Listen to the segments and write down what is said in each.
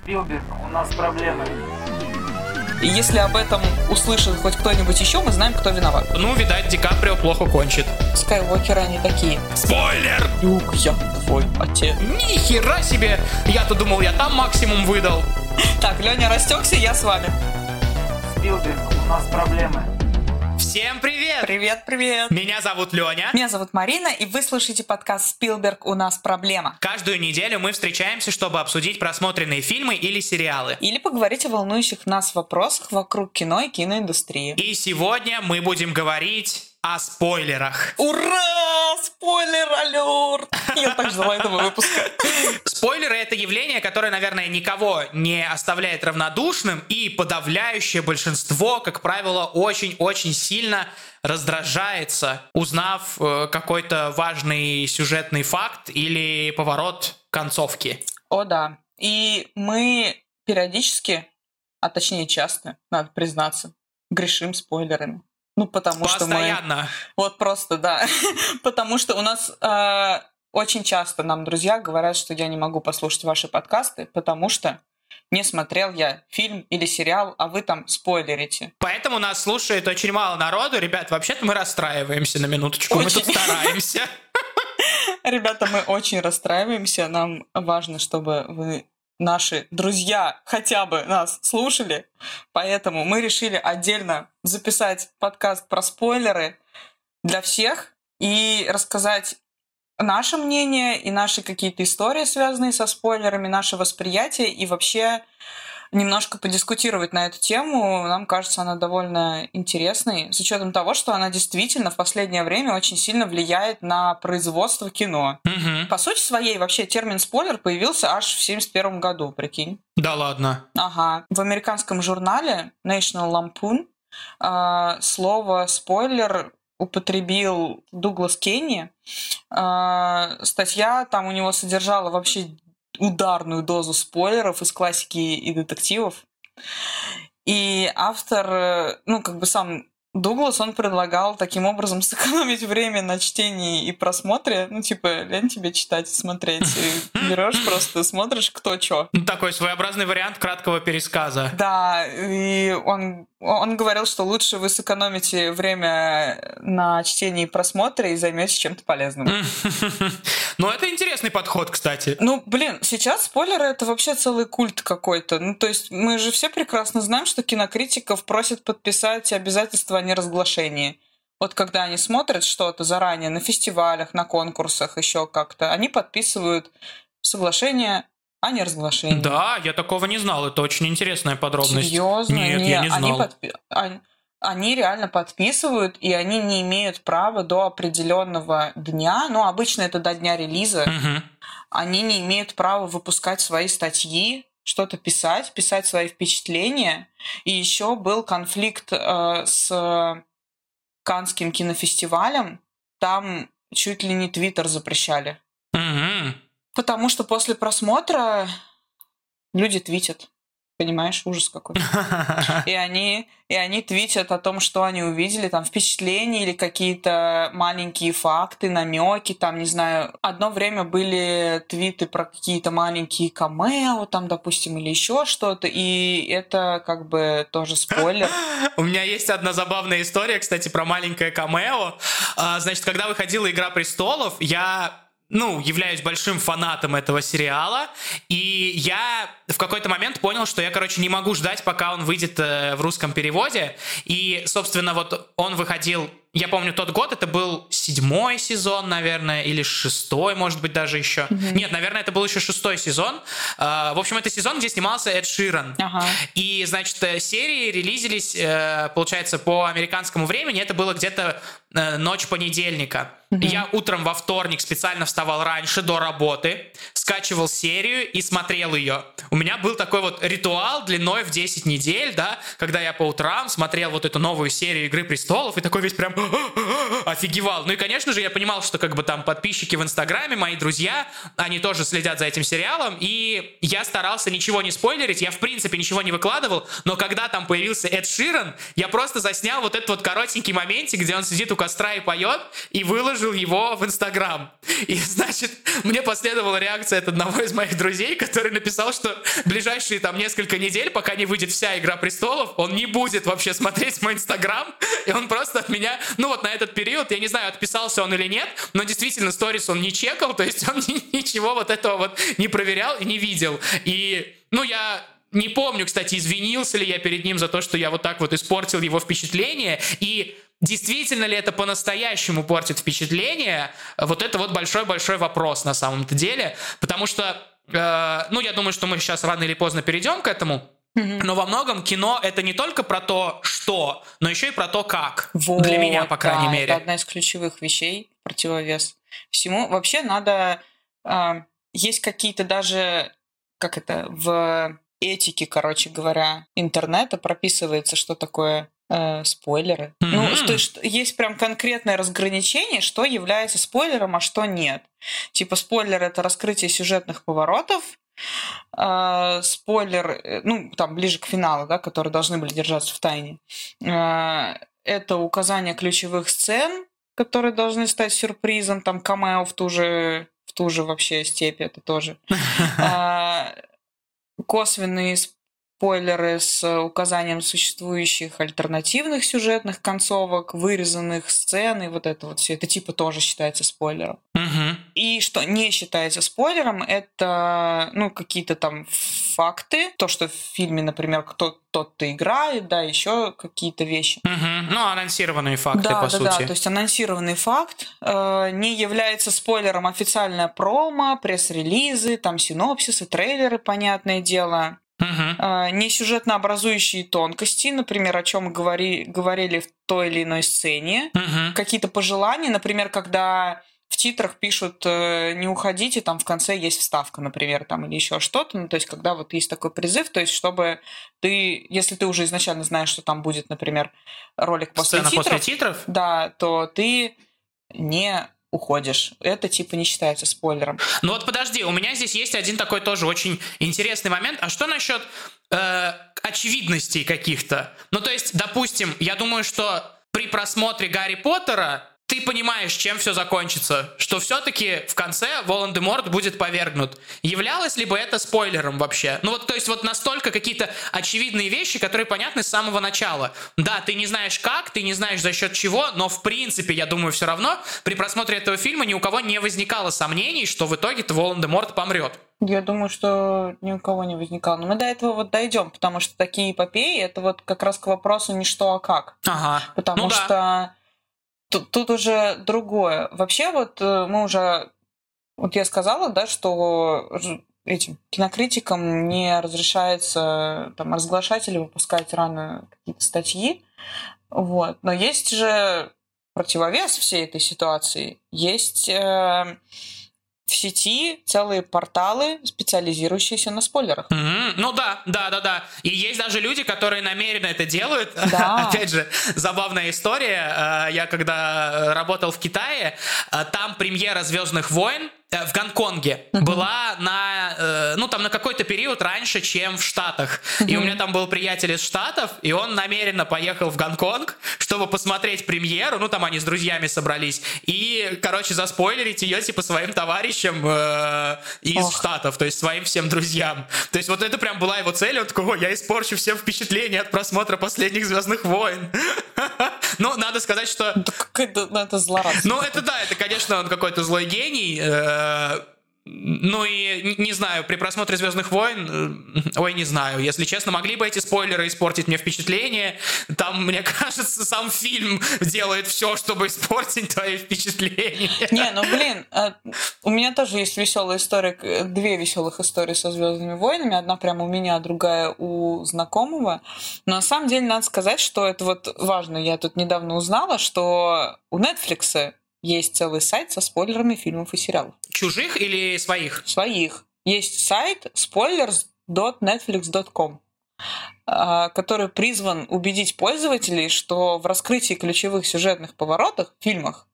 Спилберг, у нас проблемы. И если об этом услышит хоть кто-нибудь еще, мы знаем, кто виноват. Ну, видать, Ди Каприо плохо кончит. Скайуокеры они такие. Спойлер! Люк, я твой отец. Ни хера себе! Я-то думал, я там максимум выдал. Так, Леня растекся, я с вами. Спилберг, у нас проблемы. Всем привет! Привет. Меня зовут Леня. Меня зовут Марина, и вы слушаете подкаст «Спилберг. У нас проблема». Каждую неделю мы встречаемся, чтобы обсудить просмотренные фильмы или сериалы. Или поговорить о волнующих нас вопросах вокруг кино и киноиндустрии. И сегодня мы будем говорить о спойлерах. Ура! Спойлер-алерт! Я так ждала этого выпуска. Спойлеры — это явление, которое, наверное, никого не оставляет равнодушным, и подавляющее большинство, как правило, очень-очень сильно раздражается, узнав какой-то важный сюжетный факт или поворот концовки. О, да. И мы периодически, а точнее часто, надо признаться, грешим спойлерами. Ну, потому что мы... Постоянно. Вот просто, да. Потому что у нас очень часто нам друзья говорят, что я не могу послушать ваши подкасты, потому что не смотрел я фильм или сериал, а вы там спойлерите. Поэтому нас слушает очень мало народу. Ребят, вообще-то мы расстраиваемся на минуточку. Мы тут стараемся. Ребята, мы очень расстраиваемся. Нам важно, чтобы вы, наши друзья, хотя бы нас слушали. Поэтому мы решили отдельно записать подкаст про спойлеры для всех и рассказать наше мнение и наши какие-то истории, связанные со спойлерами, наше восприятие, и вообще немножко подискутировать на эту тему. Нам кажется, она довольно интересной, с учетом того, что она действительно в последнее время очень сильно влияет на производство кино. Угу. По сути своей, вообще термин «спойлер» появился аж в 1971 году, прикинь. Да ладно. Ага. В американском журнале National Lampoon слово «спойлер» употребил Дуглас Кенни. Статья там у него содержала вообще ударную дозу спойлеров из классики и детективов. И автор, сам Дуглас, он предлагал таким образом сэкономить время на чтении и просмотре. Лень тебе читать и смотреть. И берешь просто, смотришь, кто чё. Такой своеобразный вариант краткого пересказа. Да, и он говорил, что лучше вы сэкономите время на чтении и просмотре и займётесь чем-то полезным. Ну, это интересный подход, кстати. Сейчас спойлеры — это вообще целый культ какой-то. То есть мы же все прекрасно знаем, что кинокритиков просят подписать обязательства о неразглашении. Вот когда они смотрят что-то заранее на фестивалях, на конкурсах, еще как-то, они подписывают соглашение о неразглашении. Да, я такого не знал. Это очень интересная подробность. Серьезно? Нет, я не знал. Они реально подписывают, и они не имеют права до определенного дня, обычно это до дня релиза, Угу. они не имеют права выпускать свои статьи, что-то писать свои впечатления. И еще был конфликт с Каннским кинофестивалем, там чуть ли не Твиттер запрещали. Угу. Потому что после просмотра люди твитят. Понимаешь, ужас какой. И они твитят о том, что они увидели, там, впечатления или какие-то маленькие факты, намеки, там, не знаю. Одно время были твиты про какие-то маленькие камео, там, допустим, или еще что-то, и это как бы тоже спойлер. У меня есть одна забавная история, кстати, про маленькое камео. Значит, когда выходила «Игра престолов», я являюсь большим фанатом этого сериала, и я в какой-то момент понял, что я, не могу ждать, пока он выйдет в русском переводе, и, собственно, вот он выходил, я помню тот год, это был 7-й сезон, наверное, или 6-й, может быть, даже еще. Mm-hmm. Нет, наверное, это был еще 6-й сезон. В общем, это сезон, где снимался Эд Ширан. Ага. И, значит, серии релизились, получается, по американскому времени, это было где-то ночь понедельника. Mm-hmm. Я утром во вторник специально вставал раньше, до работы, скачивал серию и смотрел ее. У меня был такой вот ритуал длиной в 10 недель, да, когда я по утрам смотрел вот эту новую серию «Игры престолов» и такой весь прям офигевал. Ну и, конечно же, я понимал, что там подписчики в Инстаграме, мои друзья, они тоже следят за этим сериалом, и я старался ничего не спойлерить, я, в принципе, ничего не выкладывал, но когда там появился Эд Ширан, я просто заснял вот этот вот коротенький моментик, где он сидит у костра и поет, и выложил его в Инстаграм. И, значит, мне последовала реакция от одного из моих друзей, который написал, что ближайшие там несколько недель, пока не выйдет вся «Игра престолов», он не будет вообще смотреть мой Инстаграм, и он просто от меня, ну вот на этот период, я не знаю, отписался он или нет, но действительно сторис он не чекал, то есть он ничего вот этого вот не проверял и не видел. И, ну, я не помню, кстати, извинился ли я перед ним за то, что я вот так вот испортил его впечатление, и действительно ли это по-настоящему портит впечатление, вот это вот большой-большой вопрос на самом-то деле, потому что, ну, я думаю, что мы сейчас рано или поздно перейдем к этому, но во многом кино — это не только про то, что, но еще и про то, как. Вот, для меня, по крайней мере. Это одна из ключевых вещей, противовес всему. Вообще надо... есть какие-то даже, как это, в этике, короче говоря, интернета прописывается, что такое спойлеры. Ну, то есть есть прям конкретное разграничение, что является спойлером, а что нет. Типа спойлер — это раскрытие сюжетных поворотов, спойлер, ну, там, ближе к финалу, да, которые должны были держаться в тайне, это указание ключевых сцен, которые должны стать сюрпризом, там, камео в ту же вообще степь, это тоже. Косвенные спойлеры с указанием существующих альтернативных сюжетных концовок, вырезанных сцен, и вот это вот все, это типа тоже считается спойлером. И что не считается спойлером, это, ну, какие-то там факты, то, что в фильме, например, кто-то играет, да, еще какие-то вещи. Ну, анонсированные факты, по сути. Да, то есть анонсированный факт. Не является спойлером официальная промо, пресс-релизы, там синопсисы, трейлеры, понятное дело. Не сюжетно-образующие тонкости, например, о чем мы говорили в той или иной сцене. Какие-то пожелания, например, когда в титрах пишут «не уходите», там в конце есть вставка, например, там, или еще что-то. Ну, то есть когда вот есть такой призыв, то есть чтобы ты, если ты уже изначально знаешь, что там будет, например, ролик после титров, да, то ты не уходишь. Это типа не считается спойлером. Ну вот подожди, у меня здесь есть один такой тоже очень интересный момент. А что насчет очевидностей каких-то? Ну то есть, допустим, я думаю, что при просмотре Гарри Поттера ты понимаешь, чем все закончится, что все-таки в конце Волан-де-Морт будет повергнут. Являлось ли бы это спойлером вообще? Ну вот, то есть вот настолько какие-то очевидные вещи, которые понятны с самого начала. Да, ты не знаешь как, ты не знаешь за счет чего, но в принципе, я думаю, все равно при просмотре этого фильма ни у кого не возникало сомнений, что в итоге-то Волан-де-Морт помрет. Я думаю, что ни у кого не возникало. Но мы до этого вот дойдем, потому что такие эпопеи, это вот как раз к вопросу не что, а как. Потому что тут уже другое. Вообще вот мы уже... Вот я сказала, да, что этим кинокритикам не разрешается там разглашать или выпускать рано какие-то статьи. Вот. Но есть же противовес всей этой ситуации. Есть в сети целые порталы, специализирующиеся на спойлерах. Ну да. И есть даже люди, которые намеренно это делают. Да. Опять же, забавная история. Я когда работал в Китае, там премьера «Звездных войн» в Гонконге была на, ну, там на какой-то период раньше, чем в Штатах. И у меня там был приятель из Штатов, и он намеренно поехал в Гонконг, чтобы посмотреть премьеру, ну, там они с друзьями собрались, и, короче, заспойлерить ее, типа, своим товарищам из Штатов, то есть своим всем друзьям. То есть вот это прям была его цель, он такой: я испорчу всем впечатления от просмотра последних «Звездных войн». Ну, надо сказать, что... Это злорадство. Ну, это да, это, конечно, он какой-то злой гений. Ну и, не знаю, при просмотре «Звездных войн», ой, не знаю, если честно, могли бы эти спойлеры испортить мне впечатление. Там, мне кажется, сам фильм делает все, чтобы испортить твои впечатления. Не, ну блин, у меня тоже есть веселая история, две веселых истории со «Звездными войнами. Одна прямо у меня, другая у знакомого. Но на самом деле надо сказать, что это вот важно. Я тут недавно узнала, что у Netflix есть целый сайт со спойлерами фильмов и сериалов. Чужих или своих? Своих. Есть сайт spoilers.netflix.com, который призван убедить пользователей, что в раскрытии ключевых сюжетных поворотов в фильмах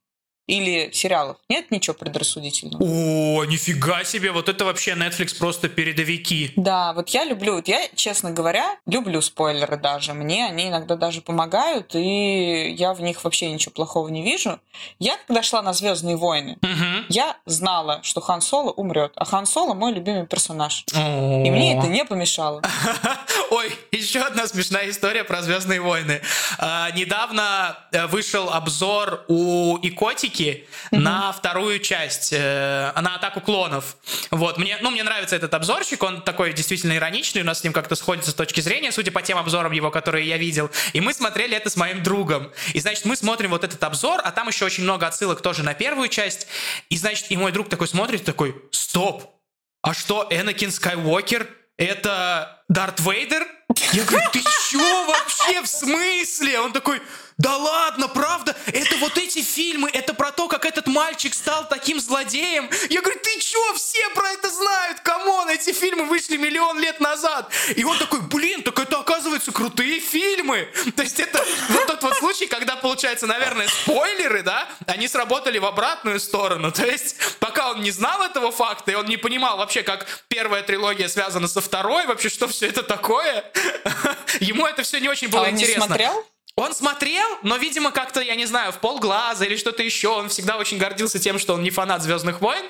или сериалах нет ничего предрассудительного. О, нифига себе, вот это вообще Netflix просто передовики. Да, вот я люблю, вот я, честно говоря, люблю спойлеры даже. Мне они иногда даже помогают, и я в них вообще ничего плохого не вижу. Я, когда шла на «Звездные войны», я знала, что Хан Соло умрет, а Хан Соло мой любимый персонаж. И мне это не помешало. Ой, еще одна смешная история про «Звездные войны». Недавно вышел обзор у Икотики на вторую часть, на «Атаку клонов». Вот, мне нравится этот обзорщик, он такой действительно ироничный, у нас с ним как-то сходится с точки зрения, судя по тем обзорам его, которые я видел. И мы смотрели это с моим другом. И, значит, мы смотрим вот этот обзор, а там еще очень много отсылок тоже на первую часть. И, значит, и мой друг такой смотрит, такой: стоп, а что, Энакин Скайуокер — это Дарт Вейдер? Я говорю: ты чё вообще, в смысле? Он такой: да ладно, правда? Это вот эти фильмы, это про то, как этот мальчик стал таким злодеем. Я говорю: ты чё, все про это знают, камон, эти фильмы вышли миллион лет назад. И он такой: блин, так это, оказывается, крутые фильмы. То есть это вот тот вот случай, когда, получается, наверное, спойлеры, да, они сработали в обратную сторону. То есть пока он не знал этого факта, и он не понимал вообще, как первая трилогия связана со второй, вообще, что все это такое, ему это все не очень было интересно. Он не смотрел? Он смотрел, но, видимо, как-то, я не знаю, в полглаза или что-то еще. Он всегда очень гордился тем, что он не фанат «Звездных войн».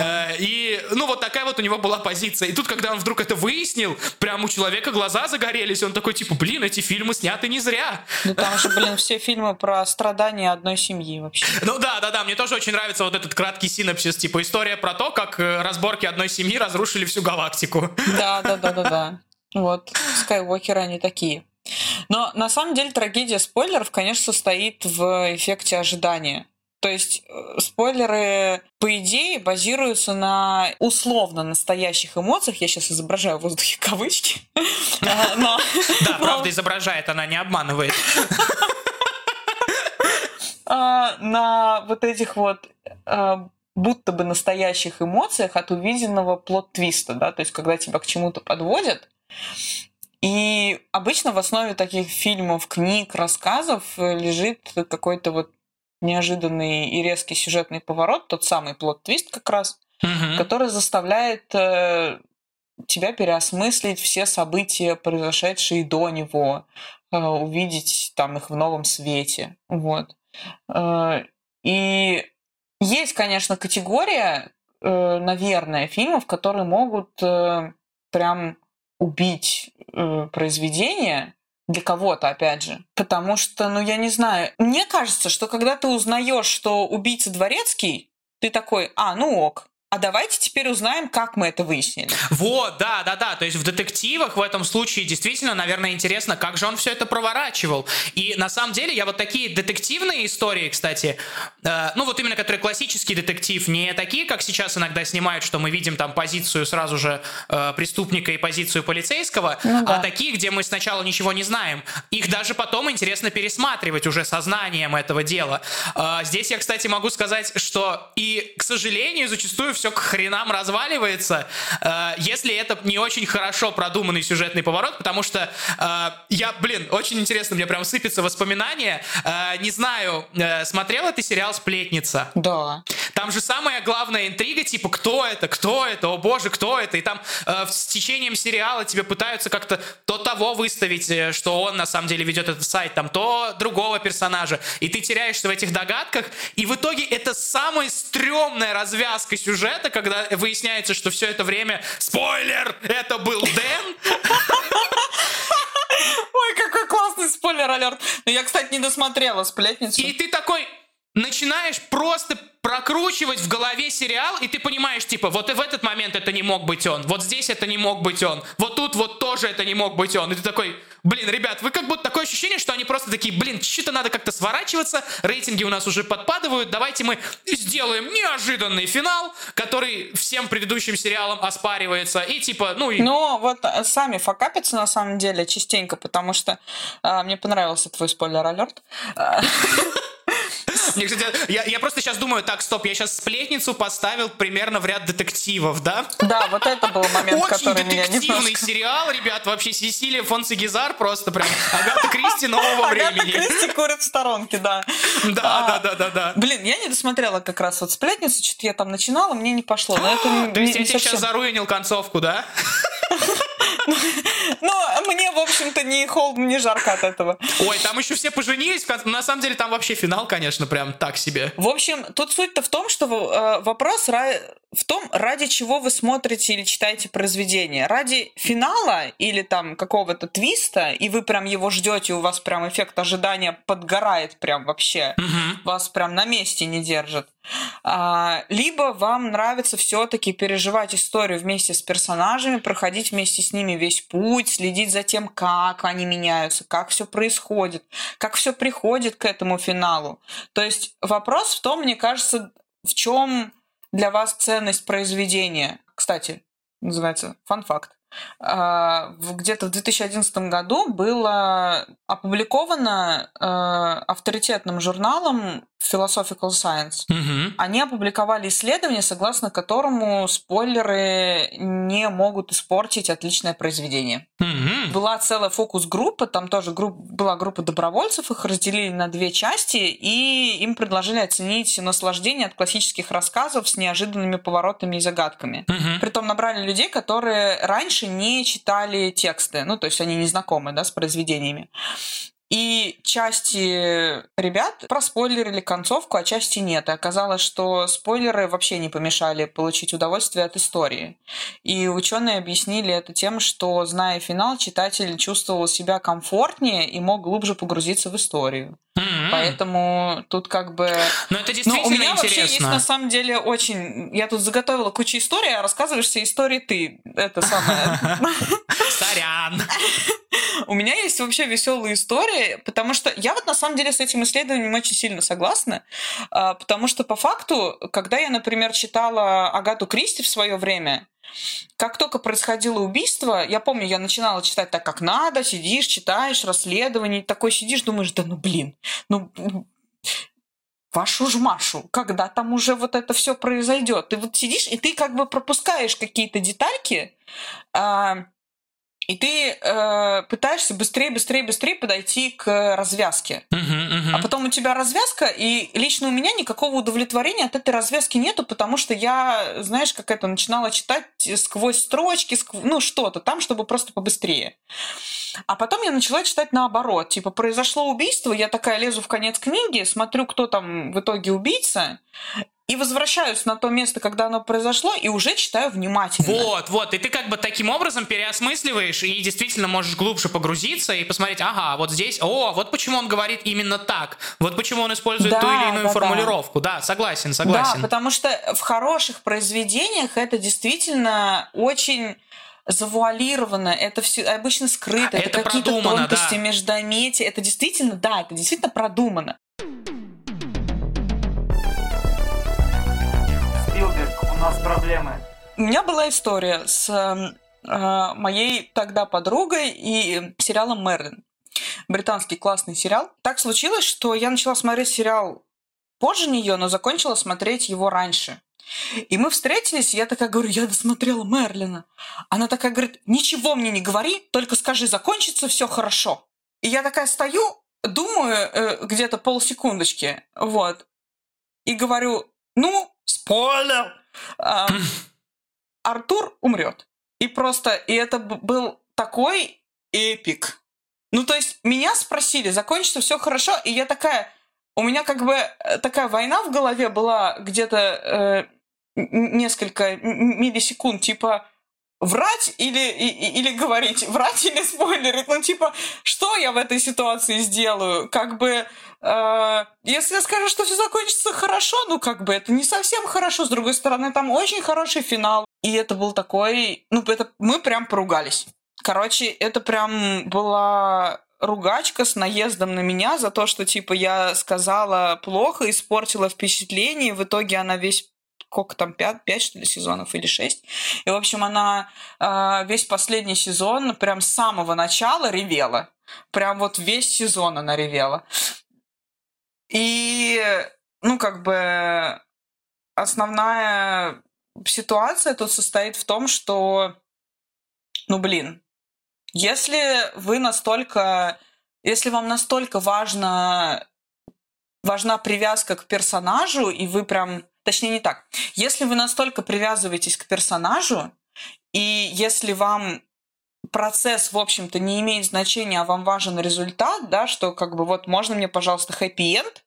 И, вот такая вот у него была позиция. И тут, когда он вдруг это выяснил, прям у человека глаза загорелись. Он такой, типа: блин, эти фильмы сняты не зря. Ну, там же, все фильмы про страдания одной семьи вообще. Ну да, мне тоже очень нравится вот этот краткий синопсис, типа история про то, как разборки одной семьи разрушили всю галактику. Да. Вот, Скайуокеры они такие. Но на самом деле трагедия спойлеров, конечно, состоит в эффекте ожидания. То есть спойлеры, по идее, базируются на условно настоящих эмоциях. Я сейчас изображаю в воздухе кавычки. Да, правда изображает, она не обманывает. На вот этих вот будто бы настоящих эмоциях от увиденного плот-твиста, да, то есть когда тебя к чему-то подводят. И обычно в основе таких фильмов, книг, рассказов лежит какой-то вот неожиданный и резкий сюжетный поворот, тот самый плот-твист как раз, который заставляет тебя переосмыслить все события, произошедшие до него, увидеть там их в новом свете. Вот. И есть, конечно, категория, наверное, фильмов, которые могут прям убить произведение для кого-то, опять же. Потому что, я не знаю, мне кажется, что когда ты узнаешь, что убийца Дворецкий, ты такой: ок. А давайте теперь узнаем, как мы это выяснили. Вот, да. То есть в детективах в этом случае действительно, наверное, интересно, как же он все это проворачивал. И на самом деле я вот такие детективные истории, кстати, вот именно которые классический детектив, не такие, как сейчас иногда снимают, что мы видим там позицию сразу же преступника и позицию полицейского, а такие, где мы сначала ничего не знаем. Их даже потом интересно пересматривать уже сознанием этого дела. Здесь я, кстати, могу сказать, что и, к сожалению, зачастую все к хренам разваливается, если это не очень хорошо продуманный сюжетный поворот, потому что очень интересно, мне прям сыпятся воспоминания. Не знаю, смотрела ты сериал «Сплетница»? Да. Там же самая главная интрига, типа, кто это, о боже, кто это, и там с течением сериала тебе пытаются как-то то того выставить, что он на самом деле ведет этот сайт, там, то другого персонажа, и ты теряешься в этих догадках, и в итоге это самая стрёмная развязка сюжета, когда выясняется, что все это время, спойлер, это был Дэн. Ой, какой классный спойлер-алерт. Я, кстати, не досмотрела «Сплетницу». И ты такой начинаешь просто прокручивать в голове сериал, и ты понимаешь, типа, вот и в этот момент это не мог быть он, вот здесь это не мог быть он, вот тут вот тоже это не мог быть он. И ты такой: блин, ребят, вы как будто такое ощущение, что они просто такие: блин, что-то надо как-то сворачиваться, рейтинги у нас уже подпадывают, давайте мы сделаем неожиданный финал, который всем предыдущим сериалам оспаривается, и типа, вот сами факапятся на самом деле частенько, потому что мне понравился твой спойлер-алерт. Мне, кстати, я просто сейчас думаю, так, стоп, я сейчас «Сплетницу» поставил примерно в ряд детективов, да? Да, вот это был момент, Очень который меня детективный немножко... сериал, ребят, вообще Сесилия фон Сегизар просто прям Агата Кристи нового Агата времени. Кристи курит в сторонке, да. Да. Блин, я не досмотрела как раз вот «Сплетницу», что-то я там начинала, мне не пошло. Но это То есть не я тебе сейчас совсем... заруинил концовку, да? Ну, мне, в общем-то, ни холодно, ни жарко от этого. Ой, там еще все поженились. На самом деле там вообще финал, конечно, прям так себе. В общем, тут суть-то в том, что вопрос в том, ради чего вы смотрите или читаете произведение. Ради финала или там какого-то твиста, и вы прям его ждете, у вас прям эффект ожидания подгорает прям вообще, вас прям на месте не держит. Либо вам нравится все-таки переживать историю вместе с персонажами, проходить вместе с ними весь путь, следить за тем, как они меняются, как все происходит, как все приходит к этому финалу. То есть вопрос в том, мне кажется, в чем для вас ценность произведения. Кстати, называется фан-факт. Где-то в 2011 году было опубликовано авторитетным журналом Philosophical Science. Они опубликовали исследование, согласно которому спойлеры не могут испортить отличное произведение. Была целая фокус-группа, там тоже была группа добровольцев, их разделили на 2 части, и им предложили оценить наслаждение от классических рассказов с неожиданными поворотами и загадками. Притом набрали людей, которые раньше не читали тексты, ну, то есть они не знакомы, да, с произведениями. И части ребят проспойлерили концовку, а части нет. И оказалось, что спойлеры вообще не помешали получить удовольствие от истории. И ученые объяснили это тем, что, зная финал, читатель чувствовал себя комфортнее и мог глубже погрузиться в историю. Поэтому тут как бы... Но это действительно у меня интересно. вообще есть на самом деле очень... Я тут заготовила кучу историй, а рассказываешь все истории ты. Это самое... Сорян. У меня есть вообще веселые истории, потому что я вот на самом деле с этим исследованием очень сильно согласна, потому что по факту, когда я, например, читала Агату Кристи в свое время, как только происходило убийство, я помню, я начинала читать так, как надо, сидишь, читаешь, расследование, такой сидишь, думаешь, да ну блин, ну вашу ж Машу, когда там уже вот это все произойдет. Ты вот сидишь, и ты как бы пропускаешь какие-то детальки, и ты пытаешься быстрее подойти к развязке. А потом у тебя развязка, и лично у меня никакого удовлетворения от этой развязки нету, потому что я, знаешь, как это, начинала читать сквозь строчки, ну что-то там, чтобы просто побыстрее. А потом я начала читать наоборот. Типа, произошло убийство, я такая лезу в конец книги, смотрю, кто там в итоге убийца, и возвращаюсь на то место, когда оно произошло, и уже читаю внимательно. Вот. И ты как бы таким образом переосмысливаешь и действительно можешь глубже погрузиться и посмотреть, ага, вот здесь, вот почему он говорит именно так, вот почему он использует ту или иную формулировку. Да, согласен. Да, потому что в хороших произведениях это действительно очень завуалировано, это все обычно скрыто, это какие-то тонкости, междометия, это действительно продумано. У нас проблемы. У меня была история с моей тогда подругой и сериалом «Мерлин». Британский классный сериал. Так случилось, что я начала смотреть сериал позже нее, но закончила смотреть его раньше. И мы встретились, и я такая говорю, я досмотрела «Мерлина». Она такая говорит, ничего мне не говори, только скажи, закончится все хорошо. И я такая стою, думаю где-то полсекундочки, вот, и говорю, спойлер! Артур умрет. И это был такой эпик. Ну, то есть, меня спросили, закончится все хорошо, и я такая... У меня как бы такая война в голове была где-то несколько миллисекунд, типа, врать или говорить, врать или спойлерить, что я в этой ситуации сделаю? Если я скажу, что все закончится хорошо, это не совсем хорошо, с другой стороны, там очень хороший финал. И это был такой, мы прям поругались. Короче, это прям была ругачка с наездом на меня за то, что, я сказала плохо, испортила впечатление, и в итоге она сколько там, 5 что ли, сезонов или 6. И, в общем, она весь последний сезон прям с самого начала ревела. Прям вот весь сезон она ревела. И ну, как бы основная ситуация тут состоит в том, что, ну, блин, если вам настолько важна привязка к персонажу, и вы прям... Точнее, не так. Если вы настолько привязываетесь к персонажу, и если вам процесс, в общем-то, не имеет значения, а вам важен результат, да, что как бы вот можно мне, пожалуйста, хэппи-энд,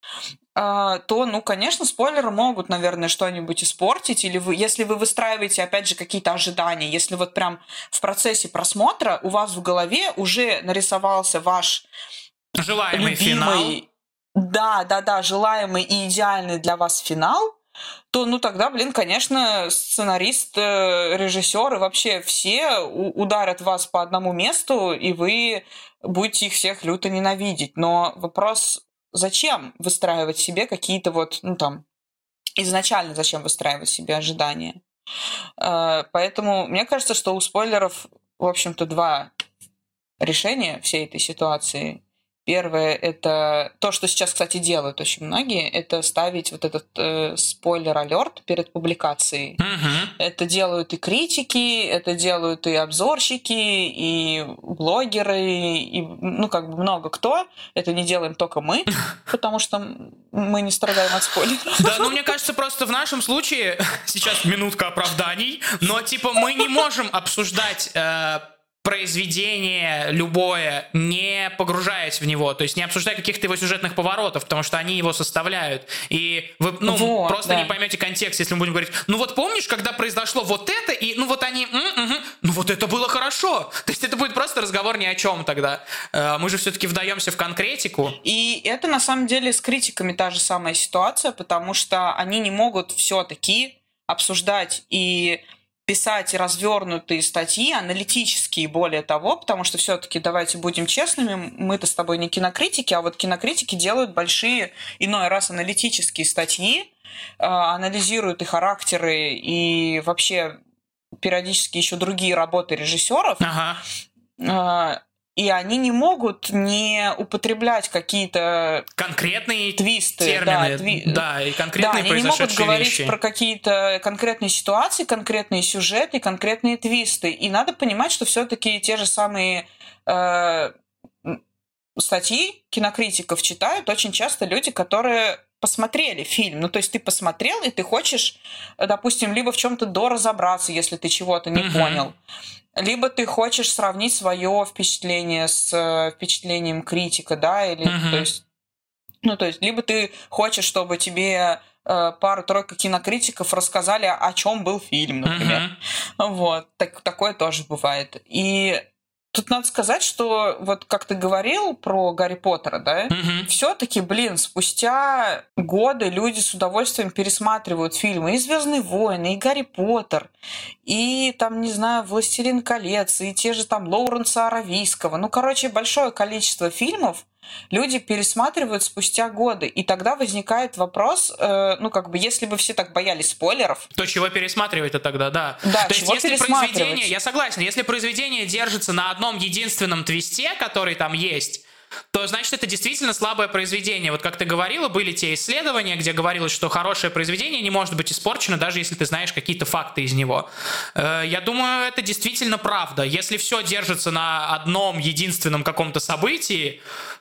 то, ну, конечно, спойлеры могут, наверное, что-нибудь испортить. Или если вы выстраиваете, опять же, какие-то ожидания, если вот прям в процессе просмотра у вас в голове уже нарисовался ваш желаемый любимый, финал. Да, желаемый и идеальный для вас финал, то, ну, тогда, блин, конечно, сценарист, режиссер и вообще все ударят вас по одному месту, и вы будете их всех люто ненавидеть. Но вопрос, зачем выстраивать себе какие-то вот, ну, там, изначально зачем выстраивать себе ожидания? Поэтому мне кажется, что у спойлеров, в общем-то, два решения всей этой ситуации. Первое — это то, что сейчас, кстати, делают очень многие, это ставить вот этот спойлер-алерт перед публикацией. Это делают и критики, это делают и обзорщики, и блогеры, и, ну, как бы много кто. Это не делаем только мы, потому что мы не страдаем от спойлеров. Да, ну, мне кажется, просто в нашем случае, сейчас минутка оправданий, но, типа, мы не можем обсуждать произведение любое, не погружаясь в него, то есть не обсуждая каких-то его сюжетных поворотов, потому что они его составляют. И вы, ну, вот, просто не поймете контекст, если мы будем говорить, ну вот помнишь, когда произошло вот это, и ну вот они, ну вот это было хорошо. То есть это будет просто разговор ни о чем тогда. Мы же все-таки вдаемся в конкретику. И это на самом деле с критиками та же самая ситуация, потому что они не могут все-таки обсуждать и писать развернутые статьи, аналитические, более того, потому что все-таки, давайте будем честными, мы-то с тобой не кинокритики, а вот кинокритики делают большие, иной раз, аналитические статьи, анализируют и характеры, и вообще периодически еще другие работы режиссеров. И они не могут не употреблять какие-то конкретные твисты, термины, да, и конкретные они не могут говорить вещи. Про какие-то конкретные ситуации, конкретные сюжеты, конкретные твисты. И надо понимать, что все-таки те же самые статьи кинокритиков читают очень часто люди, которые посмотрели фильм. Ну, то есть ты посмотрел, и ты хочешь, допустим, либо в чем-то доразобраться, если ты чего-то не понял, либо ты хочешь сравнить свое впечатление с впечатлением критика, да, или, то есть, либо ты хочешь, чтобы тебе пару-тройку кинокритиков рассказали, о чем был фильм, например. Вот, такое тоже бывает. И тут надо сказать, что вот как ты говорил про Гарри Поттера, да, все-таки, спустя годы люди с удовольствием пересматривают фильмы и «Звездные войны», и «Гарри Поттер», и там, не знаю, «Властелин колец», и те же там Лоуренса Аравийского. Ну, короче, большое количество фильмов люди пересматривают спустя годы. И тогда возникает вопрос, если бы все так боялись спойлеров... То чего пересматривать-то тогда, да. Да, то чего есть, если пересматривать? произведение, я согласен, если произведение держится на одном единственном твисте, который там есть, то, значит, это действительно слабое произведение. Вот как ты говорила, были те исследования, где говорилось, что хорошее произведение не может быть испорчено, даже если ты знаешь какие-то факты из него. Я думаю, это действительно правда. Если все держится на одном единственном каком-то событии,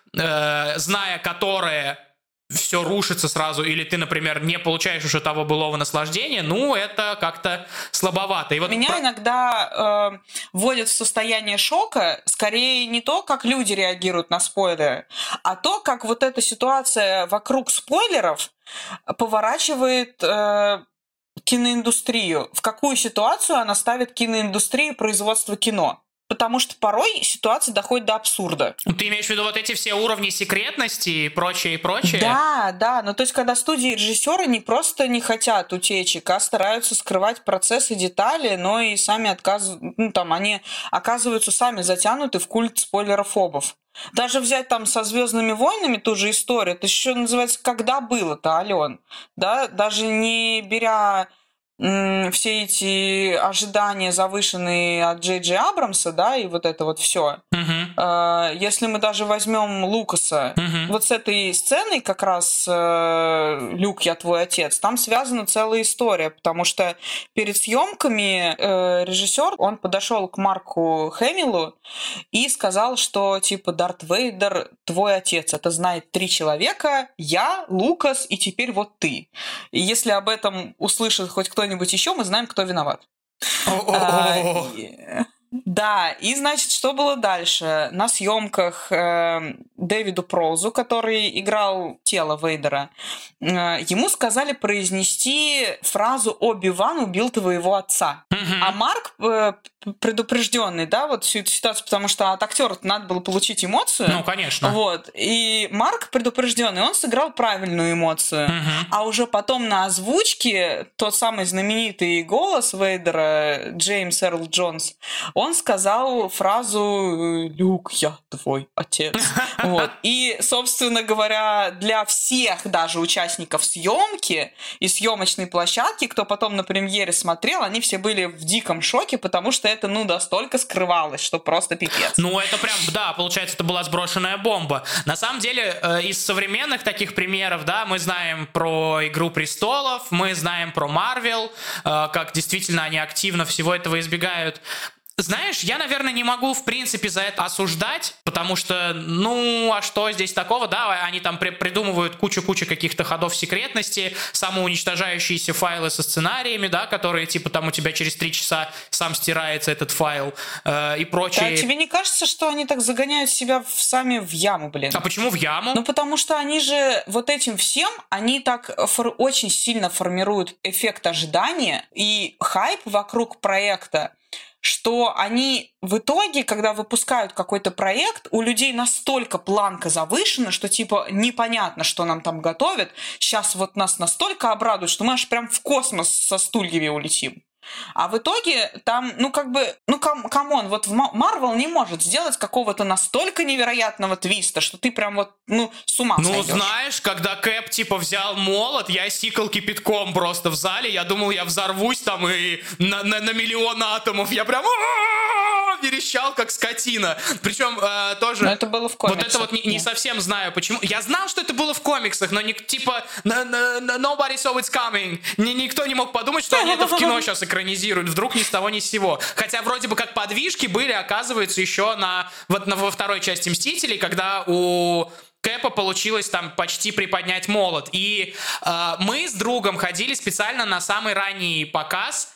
зная которое все рушится сразу, или ты, например, не получаешь уже того былого наслаждения, ну, это как-то слабовато. И вот меня иногда вводят в состояние шока, скорее не то, как люди реагируют на спойлеры, а то, как вот эта ситуация вокруг спойлеров поворачивает киноиндустрию, в какую ситуацию она ставит киноиндустрию производства кино. Потому что порой ситуация доходит до абсурда. Ты имеешь в виду вот эти все уровни секретности и прочее, и прочее? Да. Ну, то есть, когда студии и режиссеры не просто не хотят утечек, а стараются скрывать процессы, детали, но и сами они оказываются сами затянуты в культ спойлерофобов. Даже взять там со «Звездными войнами» ту же историю, это еще называется «Когда было-то, Ален?» Да? Даже не беря... все эти ожидания завышенные от Джей Джей Абрамса, да, и вот это вот все. Если мы даже возьмем Лукаса, вот с этой сценой как раз «Люк, я твой отец», там связана целая история, потому что перед съемками режиссер, он подошел к Марку Хэмиллу и сказал, что типа Дарт Вейдер твой отец, это знает 3 человека, я, Лукас и теперь вот ты. И если об этом услышит хоть кто-нибудь еще, мы знаем, кто виноват. Да, и, значит, что было дальше? На съемках Дэвиду Прозу, который играл тело Вейдера, ему сказали произнести фразу «Оби-Ван убил твоего отца». А Марк, предупрежденный, да, вот всю эту ситуацию, потому что от актера надо было получить эмоцию. Ну, конечно. Вот. И Марк, предупрежденный, он сыграл правильную эмоцию. А уже потом на озвучке тот самый знаменитый голос Вейдера, Джеймс Эрл Джонс, он сказал фразу «Люк, я твой отец». Вот. И, собственно говоря, для всех даже участников съемки и съемочной площадки, кто потом на премьере смотрел, они все были в диком шоке, потому что это, настолько скрывалось, что просто пипец. Ну, это прям, да, получается, это была сброшенная бомба. На самом деле, из современных таких примеров, да, мы знаем про «Игру престолов», мы знаем про «Марвел», как действительно они активно всего этого избегают. Знаешь, я, наверное, не могу, в принципе, за это осуждать, потому что, а что здесь такого, да, они там придумывают кучу-кучу каких-то ходов секретности, самоуничтожающиеся файлы со сценариями, да, которые, типа, там у тебя через 3 часа сам стирается этот файл и прочее. Да, тебе не кажется, что они так загоняют себя сами в яму, блин? А почему в яму? Ну, потому что они же вот этим всем, они так очень сильно формируют эффект ожидания и хайп вокруг проекта, что они в итоге, когда выпускают какой-то проект, у людей настолько планка завышена, что типа непонятно, что нам там готовят. Сейчас вот нас настолько обрадуют, что мы аж прям в космос со стульями улетим. А в итоге там, камон, вот Marvel не может сделать какого-то настолько невероятного твиста, что ты прям вот, с ума сойдешь. Знаешь, когда Кэп, типа, взял молот, я сикал кипятком просто в зале, я думал, я взорвусь там и на миллион атомов, я прям верещал, как скотина. Причем тоже... Но это было в комиксах. Вот это вот не совсем знаю, почему. Я знал, что это было в комиксах, но типа nobody saw it's coming. Никто не мог подумать, что они это в кино сейчас экранизируют. Вдруг ни с того ни с сего. Хотя вроде бы как подвижки были, оказывается, еще во второй части «Мстителей», когда у Кэпа получилось там почти приподнять молот. И мы с другом ходили специально на самый ранний показ.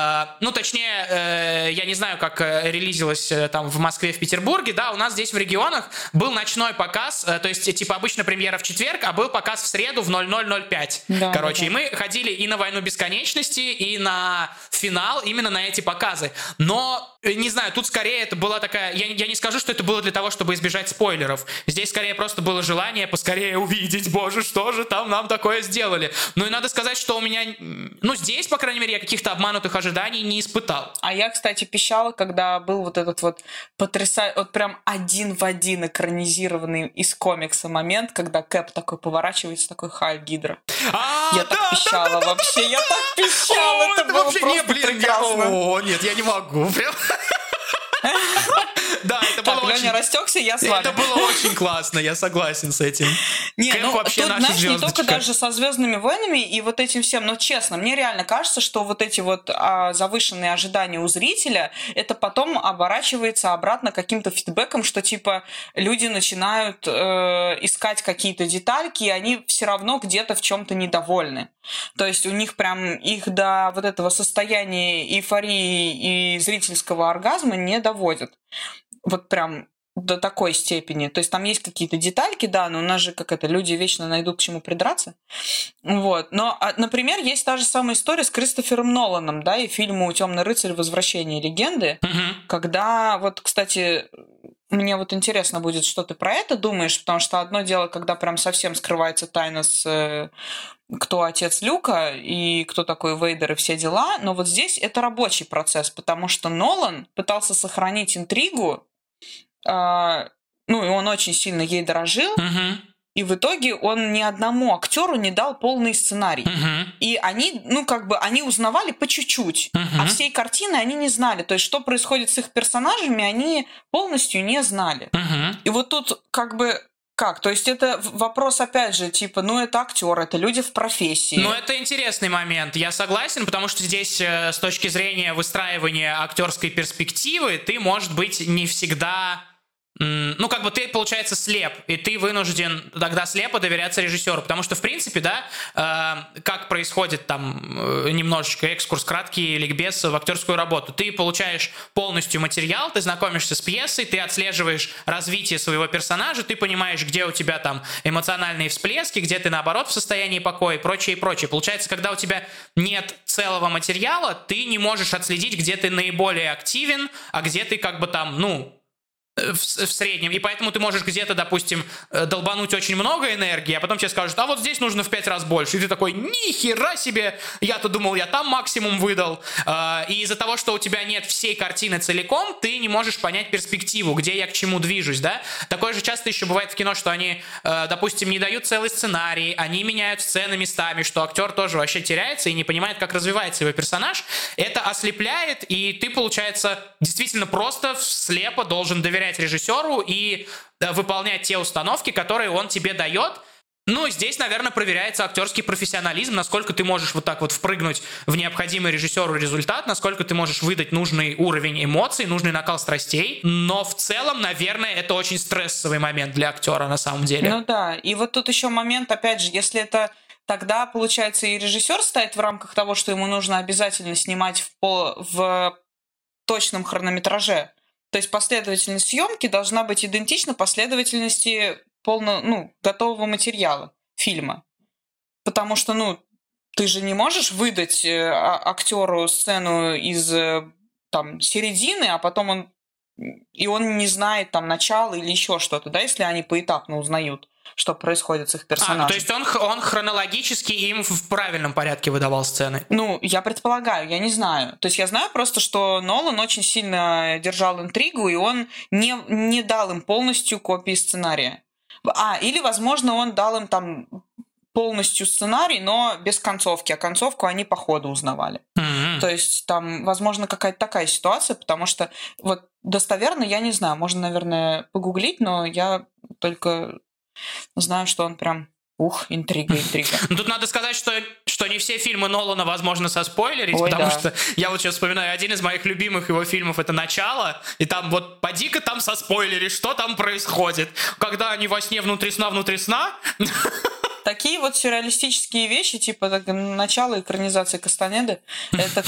Точнее, я не знаю, как релизилось там в Москве, в Петербурге, да, у нас здесь в регионах был ночной показ, то есть, типа, обычно премьера в четверг, а был показ в среду в 00:05. Да, короче, и мы ходили и на «Войну бесконечности», и на финал именно на эти показы. Но, не знаю, тут скорее это была такая... Я не скажу, что это было для того, чтобы избежать спойлеров. Здесь скорее просто было желание поскорее увидеть, боже, что же там нам такое сделали. Ну и надо сказать, что у меня... здесь, по крайней мере, я каких-то обманутых ожиданий не испытал. А я, кстати, пищала, когда был вот этот вот потрясающий, вот прям один в один экранизированный из комикса момент, когда Кэп такой поворачивается, такой «Хай, Гидра». Я так пищала вообще, я так пищала, это было вообще просто прекрасно. Нет, я не могу, прям... Да, это было очень... Лёня растёкся, я с вами. Это было очень классно, я согласен с этим. Кэп вообще тут, знаешь, не только даже со «Звездными войнами» и вот этим всем, но честно, мне реально кажется, что вот эти вот завышенные ожидания у зрителя, это потом оборачивается обратно каким-то фидбэком, что типа люди начинают искать какие-то детальки, и они все равно где-то в чем-то недовольны. То есть у них прям их до вот этого состояния эйфории и зрительского оргазма не доводят. Вот прям до такой степени. То есть там есть какие-то детальки, да, но у нас же люди вечно найдут к чему придраться. Вот. Но, например, есть та же самая история с Кристофером Ноланом, да, и фильму «Темный рыцарь. Возвращение легенды», когда, вот, кстати, мне вот интересно будет, что ты про это думаешь, потому что одно дело, когда прям совсем скрывается тайна кто отец Люка и кто такой Вейдер и все дела, но вот здесь это рабочий процесс, потому что Нолан пытался сохранить интригу, и он очень сильно ей дорожил, И в итоге он ни одному актеру не дал полный сценарий. И они, они узнавали по чуть-чуть. А всей картины они не знали. То есть, что происходит с их персонажами, они полностью не знали. И вот тут как? То есть это вопрос, опять же, это актеры, это люди в профессии. Это интересный момент. Я согласен, потому что здесь с точки зрения выстраивания актерской перспективы ты, может быть, не всегда... ты, получается, слеп, и ты вынужден тогда слепо доверяться режиссеру, потому что, в принципе, как происходит там немножечко экскурс, краткий ликбез в актерскую работу. Ты получаешь полностью материал, ты знакомишься с пьесой, ты отслеживаешь развитие своего персонажа, ты понимаешь, где у тебя там эмоциональные всплески, где ты, наоборот, в состоянии покоя и прочее, и прочее. Получается, когда у тебя нет целого материала, ты не можешь отследить, где ты наиболее активен, а где ты в среднем, и поэтому ты можешь где-то, допустим, долбануть очень много энергии, а потом тебе скажут, а вот здесь нужно в 5 раз больше, и ты такой, нихера себе, я-то думал, я там максимум выдал, и из-за того, что у тебя нет всей картины целиком, ты не можешь понять перспективу, где я к чему движусь, да, такое же часто еще бывает в кино, что они, допустим, не дают целый сценарий, они меняют сцены местами, что актер тоже вообще теряется и не понимает, как развивается его персонаж, это ослепляет, и ты, получается, действительно просто слепо должен доверять режиссеру и выполнять те установки, которые он тебе дает. Здесь, наверное, проверяется актерский профессионализм, насколько ты можешь вот так вот впрыгнуть в необходимый режиссеру результат, насколько ты можешь выдать нужный уровень эмоций, нужный накал страстей. Но в целом, наверное, это очень стрессовый момент для актера на самом деле. И вот тут еще момент, опять же, если это тогда, получается, и режиссер стоит в рамках того, что ему нужно обязательно снимать в точном хронометраже. То есть последовательность съемки должна быть идентична последовательности готового материала фильма. Потому что, ты же не можешь выдать актеру сцену из середины, а потом он не знает начала или еще что-то, да, если они поэтапно узнают, что происходит с их персонажем. То есть он хронологически им в правильном порядке выдавал сцены? Я предполагаю, я не знаю. То есть я знаю просто, что Нолан очень сильно держал интригу, и он не дал им полностью копии сценария. Или, возможно, он дал им полностью сценарий, но без концовки, а концовку они по ходу узнавали. То есть там, возможно, какая-то такая ситуация, потому что достоверно я не знаю. Можно, наверное, погуглить, но я только... знаю, что он прям... интрига. Тут надо сказать, что не все фильмы Нолана возможно соспойлерить, потому что я вот сейчас вспоминаю, один из моих любимых его фильмов — это «Начало», и там поди-ка там соспойлери, что там происходит. Когда они во сне внутри сна... Такие сюрреалистические вещи, начало экранизации Кастанеды, это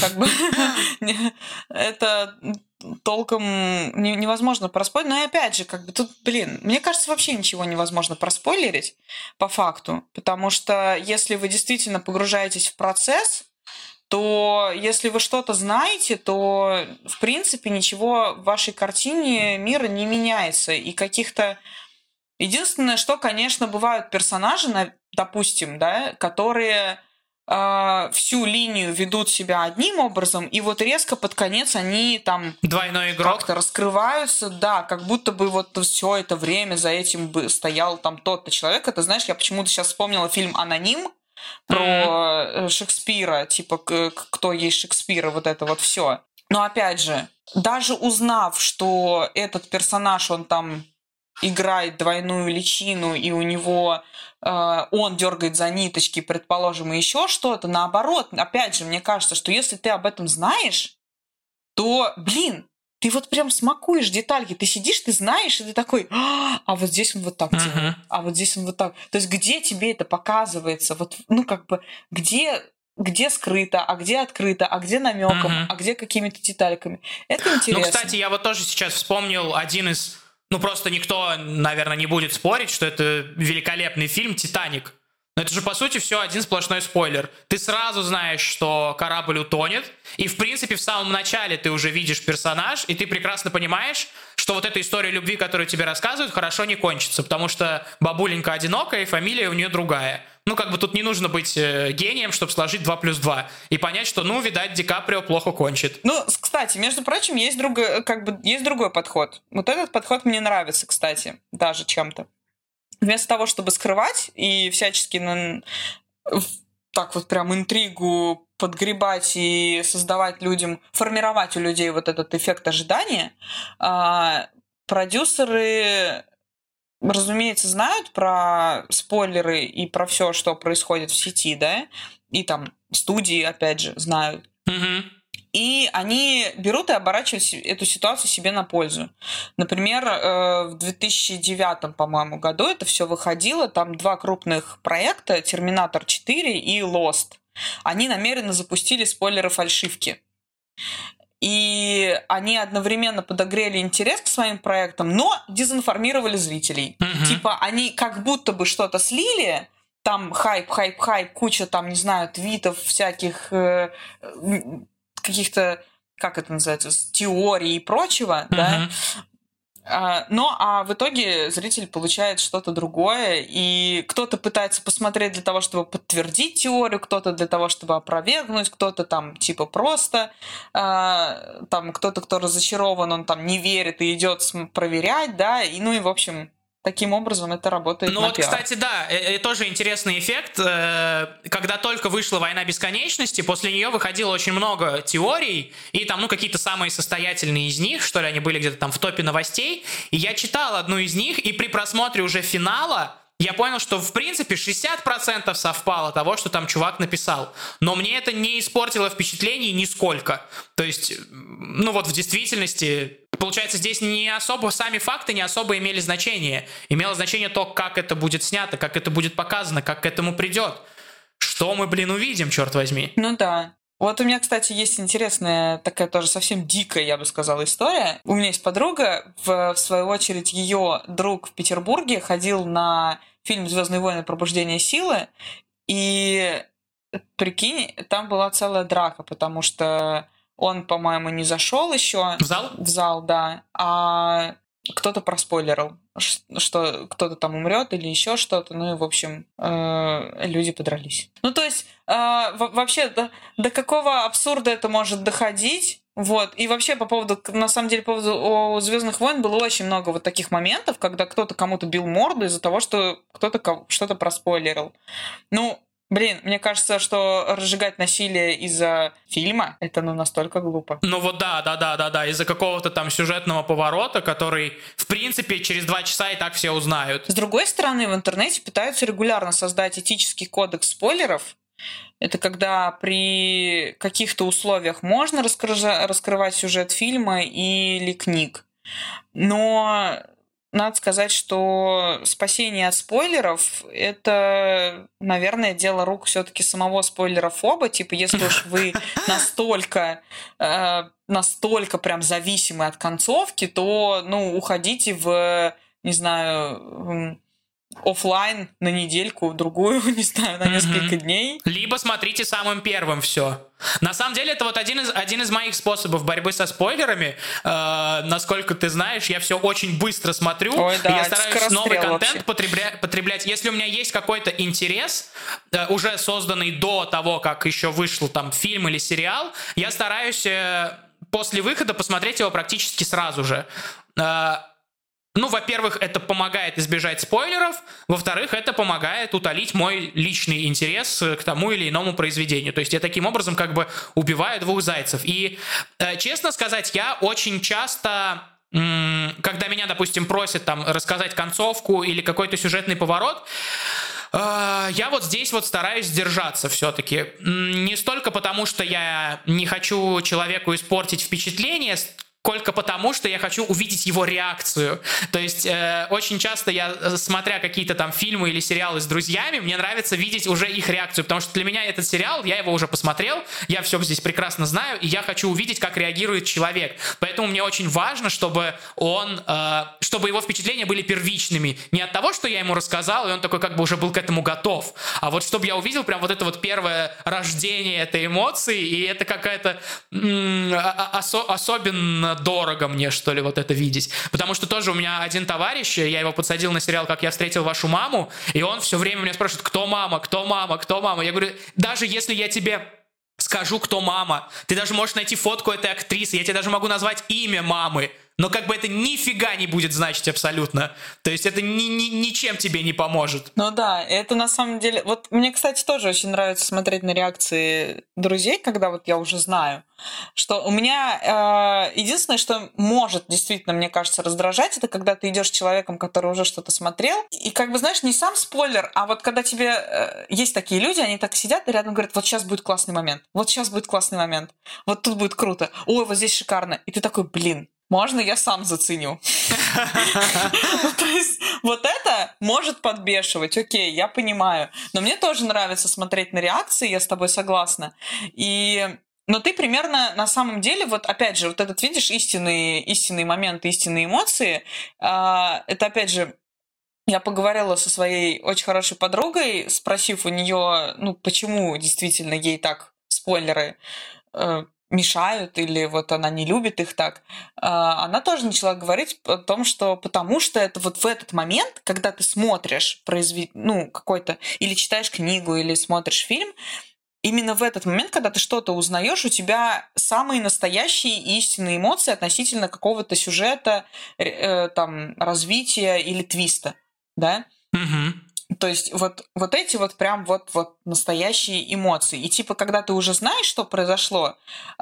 это толком невозможно проспойлерить. Но и опять же, тут, мне кажется, вообще ничего невозможно проспойлерить по факту, потому что если вы действительно погружаетесь в процесс, то если вы что-то знаете, то, в принципе, ничего в вашей картине мира не меняется. И каких-то... Единственное, что, конечно, бывают персонажи, допустим, да, которые всю линию ведут себя одним образом, и резко под конец они двойной игрок как-то раскрываются, да, как будто бы все это время за этим стоял тот-то человек. Это, знаешь, я почему-то сейчас вспомнила фильм «Аноним» про Шекспира, кто есть Шекспир, и это все. Но опять же, даже узнав, что этот персонаж, он играет двойную личину, и у него он дергает за ниточки, предположим, и еще что-то, наоборот, опять же, мне кажется, что если ты об этом знаешь, то, ты прям смакуешь детальки, ты сидишь, ты знаешь, и ты такой, а вот здесь он так делает, а вот здесь он так. То есть где тебе это показывается? Где скрыто, а где открыто, а где намеком, а где какими-то детальками. Это интересно. Кстати, я тоже сейчас вспомнил один из... просто никто, наверное, не будет спорить, что это великолепный фильм «Титаник». Но это же, по сути, все один сплошной спойлер. Ты сразу знаешь, что корабль утонет, и, в принципе, в самом начале ты уже видишь персонаж, и ты прекрасно понимаешь, что эта история любви, которую тебе рассказывают, хорошо не кончится, потому что бабуленька одинокая, и фамилия у нее другая. Тут не нужно быть гением, чтобы сложить 2 + 2 и понять, что, видать, Ди Каприо плохо кончит. Кстати, между прочим, есть другой подход. Этот подход мне нравится, кстати, даже чем-то. вместо того, чтобы скрывать и всячески так вот прям интригу подгребать и создавать людям, формировать у людей вот этот эффект ожидания, продюсеры, разумеется, знают про спойлеры и про все, что происходит в сети, да, и там студии, опять же, знают. И они берут и оборачивают эту ситуацию себе на пользу. Например, в 2009, по-моему, году это все выходило. Там 2 крупных проекта, «Терминатор 4» и «Lost». Они намеренно запустили спойлеры-фальшивки. И они одновременно подогрели интерес к своим проектам, но дезинформировали зрителей. Типа они как будто бы что-то слили, там хайп, куча там, не знаю, твитов всяких... каких-то, как это называется, теорий и прочего, да. А в итоге зритель получает что-то другое, и кто-то пытается посмотреть для того, чтобы подтвердить теорию, кто-то для того, чтобы опровергнуть, кто-то там типа просто, там кто-то, кто разочарован, он там не верит и идет проверять, да, и в общем... Таким образом это работает на пиар. Кстати, да, тоже интересный эффект. Когда только вышла «Война бесконечности», после нее выходило очень много теорий, и там, какие-то самые состоятельные из них, что ли, они были где-то там в топе новостей, и я читал одну из них, и при просмотре уже финала я понял, что, в принципе, 60% совпало того, что там чувак написал. Но мне это не испортило впечатлений нисколько. То есть, в действительности... Получается, здесь не особо сами факты не особо имели значение. Имело значение то, как это будет снято, как это будет показано, как к этому придет. Что мы, увидим, черт возьми. Да. Вот у меня, кстати, есть интересная, такая тоже совсем дикая, я бы сказала, история. У меня есть подруга, в свою очередь, ее друг в Петербурге ходил на фильм «Звездные войны. Пробуждение силы», и, прикинь, там была целая драка, потому что он, по-моему, не зашел еще. В зал? В зал, да. А кто-то проспойлерил, что кто-то там умрет или еще что-то. И, в общем, люди подрались. То есть, вообще, до какого абсурда это может доходить? Вот. И вообще, на самом деле, по поводу «Звездных войн» было очень много вот таких моментов, когда кто-то кому-то бил морду из-за того, что кто-то что-то проспойлерил. Блин, мне кажется, что разжигать насилие из-за фильма — это настолько глупо. Да. Из-за какого-то там сюжетного поворота, который, в принципе, через 2 часа и так все узнают. С другой стороны, в интернете пытаются регулярно создать этический кодекс спойлеров. Это когда при каких-то условиях можно раскрывать сюжет фильма или книг. Но... Надо сказать, что спасение от спойлеров — это, наверное, дело рук все-таки самого спойлерофоба. Типа, если уж вы настолько прям зависимы от концовки, то, уходите в, не знаю, офлайн на недельку, другую, не знаю, на несколько дней. Либо смотрите самым первым все. На самом деле, это вот один из моих способов борьбы со спойлерами. Насколько ты знаешь, я все очень быстро смотрю. Ой, да, я стараюсь новый контент вообще потреблять. Если у меня есть какой-то интерес, уже созданный до того, как еще вышел там фильм или сериал, я стараюсь после выхода посмотреть его практически сразу же. Во-первых, это помогает избежать спойлеров, во-вторых, это помогает утолить мой личный интерес к тому или иному произведению. То есть я таким образом убиваю 2 зайцев. И, честно сказать, я очень часто, когда меня, допустим, просят там рассказать концовку или какой-то сюжетный поворот, я вот здесь стараюсь сдержаться все-таки. Не столько потому, что я не хочу человеку испортить впечатление, сколько потому, что я хочу увидеть его реакцию. То есть очень часто я, смотря какие-то там фильмы или сериалы с друзьями, мне нравится видеть уже их реакцию, потому что для меня этот сериал, я его уже посмотрел, я все здесь прекрасно знаю, и я хочу увидеть, как реагирует человек. Поэтому мне очень важно, чтобы чтобы его впечатления были первичными. Не от того, что я ему рассказал, и он такой уже был к этому готов, а вот чтобы я увидел прям вот это вот первое рождение этой эмоции, и это какая-то особенно дорого мне, что ли, вот это видеть. Потому что тоже у меня один товарищ, я его подсадил на сериал «Как я встретил вашу маму», и он все время меня спрашивает: кто мама, кто мама, кто мама. Я говорю, даже если я тебе скажу, кто мама, ты даже можешь найти фотку этой актрисы, я тебе даже могу назвать имя мамы, но как бы это нифига не будет значить абсолютно. То есть это ничем тебе не поможет. Ну да, это на самом деле... Вот мне, кстати, тоже очень нравится смотреть на реакции друзей, когда вот я уже знаю, что у меня единственное, что может действительно, мне кажется, раздражать, это когда ты идешь с человеком, который уже что-то смотрел, и как бы, знаешь, не сам спойлер, а вот когда тебе... есть такие люди, они так сидят и рядом говорят, вот сейчас будет классный момент, вот сейчас будет классный момент, вот тут будет круто, ой, вот здесь шикарно. И ты такой, блин, можно я сам заценю? То есть вот это может подбешивать, окей, я понимаю. Но мне тоже нравится смотреть на реакции, я с тобой согласна. Но ты примерно на самом деле, вот опять же, вот этот, видишь, истинные моменты, истинные эмоции, это опять же, я поговорила со своей очень хорошей подругой, спросив у нее, ну, почему действительно ей так спойлеры мешают, или вот она не любит их так, она тоже начала говорить о том, что потому что это вот в этот момент, когда ты смотришь какой-то, или читаешь книгу, или смотришь фильм, именно в этот момент, когда ты что-то узнаешь, у тебя самые настоящие истинные эмоции относительно какого-то сюжета, там, развития или твиста, да? То есть вот эти вот прям вот настоящие эмоции. И типа, когда ты уже знаешь, что произошло,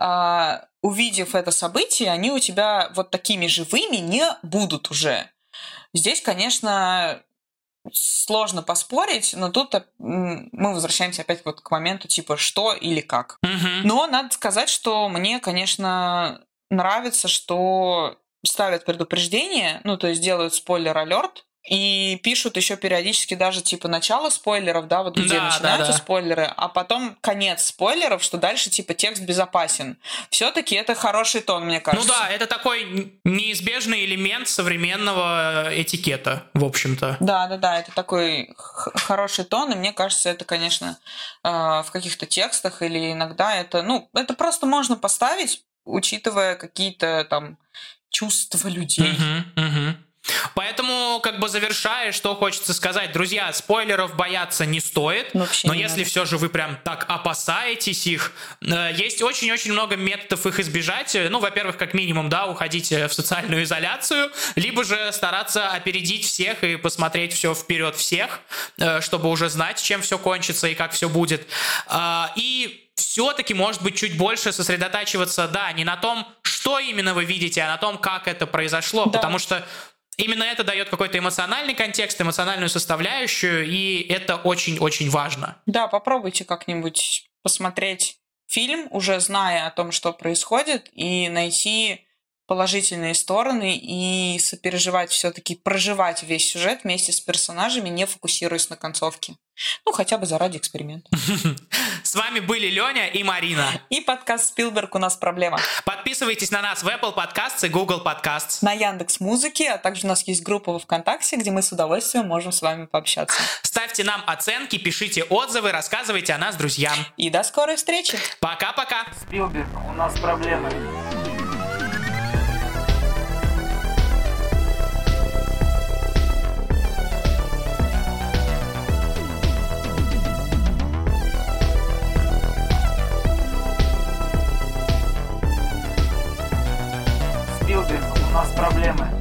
увидев это событие, они у тебя вот такими живыми не будут уже. Здесь, конечно, сложно поспорить, но тут мы возвращаемся опять вот к моменту типа что или как. Но надо сказать, что мне, конечно, нравится, что ставят предупреждение, ну, то есть делают спойлер-алерт, и пишут еще периодически даже типа начало спойлеров, да, вот где начинаются спойлеры, а потом конец спойлеров, что дальше типа текст безопасен. Все-таки это хороший тон, мне кажется. Ну да, это такой неизбежный элемент современного этикета, в общем-то. Да, это такой хороший тон, и мне кажется, это, конечно, в каких-то текстах или иногда это просто можно поставить, учитывая какие-то там чувства людей. Поэтому, как бы завершая, что хочется сказать. Друзья, спойлеров бояться не стоит, но если все же вы прям так опасаетесь их, есть очень-очень много методов их избежать. Ну, во-первых, как минимум, да, уходить в социальную изоляцию, либо же стараться опередить всех и посмотреть все вперед всех, чтобы уже знать, чем все кончится и как все будет. И все-таки, может быть, чуть больше сосредотачиваться, да, не на том, что именно вы видите, а на том, как это произошло, потому что именно это дает какой-то эмоциональный контекст, эмоциональную составляющую, и это очень-очень важно. Да, попробуйте как-нибудь посмотреть фильм, уже зная о том, что происходит, и найти положительные стороны и сопереживать все-таки, проживать весь сюжет вместе с персонажами, не фокусируясь на концовке. Ну, хотя бы заради эксперимента. С вами были Леня и Марина. И подкаст «Спилберг. У нас проблема». Подписывайтесь на нас в Apple Podcasts и Google Podcasts. На Яндекс.Музыке, а также у нас есть группа во ВКонтакте, где мы с удовольствием можем с вами пообщаться. Ставьте нам оценки, пишите отзывы, рассказывайте о нас друзьям. И до скорой встречи. Пока-пока. Спилберг, у нас проблемы. Спилберг, у нас проблемы.